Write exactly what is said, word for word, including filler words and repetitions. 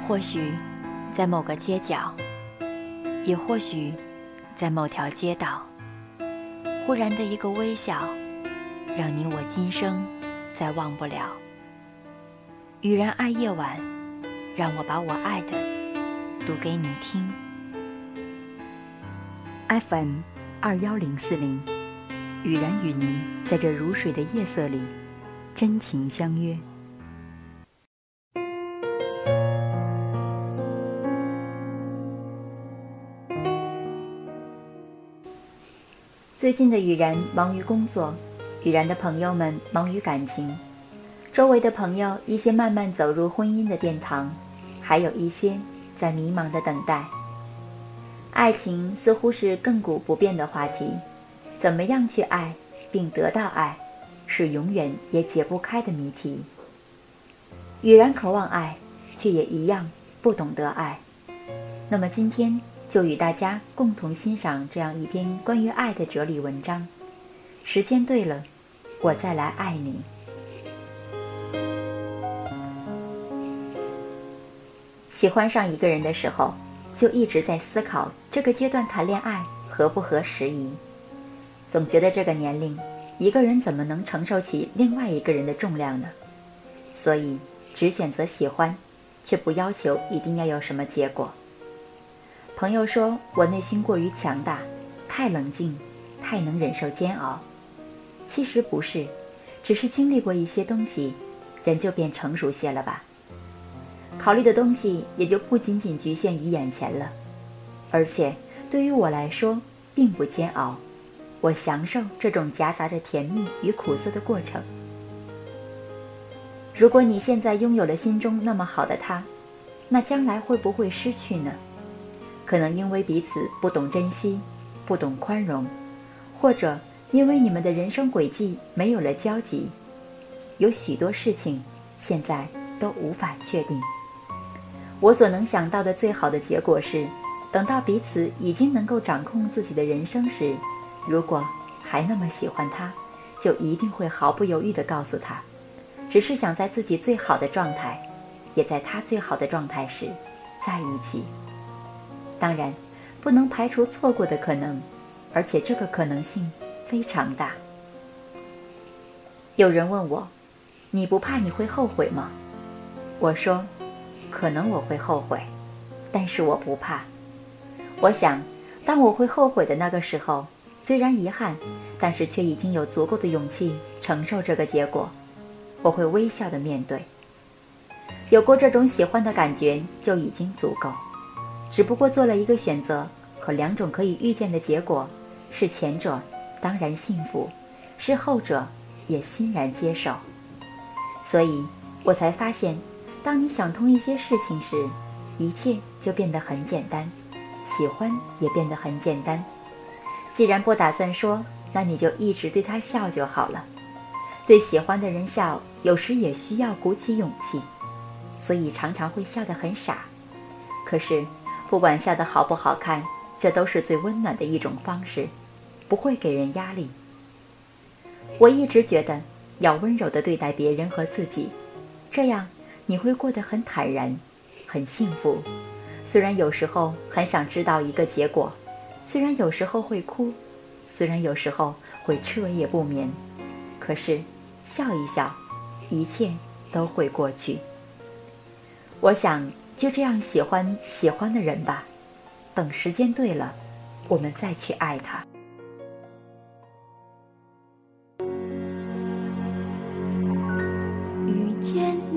或许在某个街角，也或许在某条街道，忽然的一个微笑，让你我今生再忘不了。雨然爱夜晚，让我把我爱的读给你听。 F M 二一零四零，雨然与您在这如水的夜色里真情相约。 最近的雨然忙于工作，雨然的朋友们忙于感情，周围的朋友一些慢慢走入婚姻的殿堂，还有一些在迷茫的等待。爱情似乎是亘古不变的话题，怎么样去爱并得到爱，是永远也解不开的谜题。雨然渴望爱，却也一样不懂得爱。那么今天就与大家共同欣赏这样一篇关于爱的哲理文章。时间对了，我再来爱你。喜欢上一个人的时候，就一直在思考这个阶段谈恋爱合不合时宜。总觉得这个年龄，一个人怎么能承受起另外一个人的重量呢？所以只选择喜欢，却不要求一定要有什么结果。朋友说我内心过于强大，太冷静，太能忍受煎熬。其实不是，只是经历过一些东西，人就变成熟些了吧。考虑的东西也就不仅仅局限于眼前了，而且对于我来说并不煎熬，我享受这种夹杂着甜蜜与苦涩的过程。如果你现在拥有了心中那么好的他，那将来会不会失去呢？可能因为彼此不懂珍惜，不懂宽容，或者因为你们的人生轨迹没有了交集，有许多事情现在都无法确定。我所能想到的最好的结果是，等到彼此已经能够掌控自己的人生时，如果还那么喜欢他，就一定会毫不犹豫地告诉他，只是想在自己最好的状态，也在他最好的状态时在一起。当然，不能排除错过的可能，而且这个可能性非常大。有人问我，你不怕你会后悔吗？我说，可能我会后悔，但是我不怕。我想，当我会后悔的那个时候，虽然遗憾，但是却已经有足够的勇气承受这个结果。我会微笑地面对。有过这种喜欢的感觉就已经足够，只不过做了一个选择，可两种可以预见的结果，是前者当然幸福，是后者也欣然接受。所以我才发现，当你想通一些事情时，一切就变得很简单，喜欢也变得很简单。既然不打算说，那你就一直对他笑就好了。对喜欢的人笑，有时也需要鼓起勇气，所以常常会笑得很傻。可是不管笑得好不好看，这都是最温暖的一种方式，不会给人压力。我一直觉得要温柔地对待别人和自己，这样你会过得很坦然，很幸福。虽然有时候很想知道一个结果，虽然有时候会哭，虽然有时候会彻夜不眠，可是笑一笑，一切都会过去。我想就这样喜欢喜欢的人吧，等时间对了，我们再去爱他。 遇见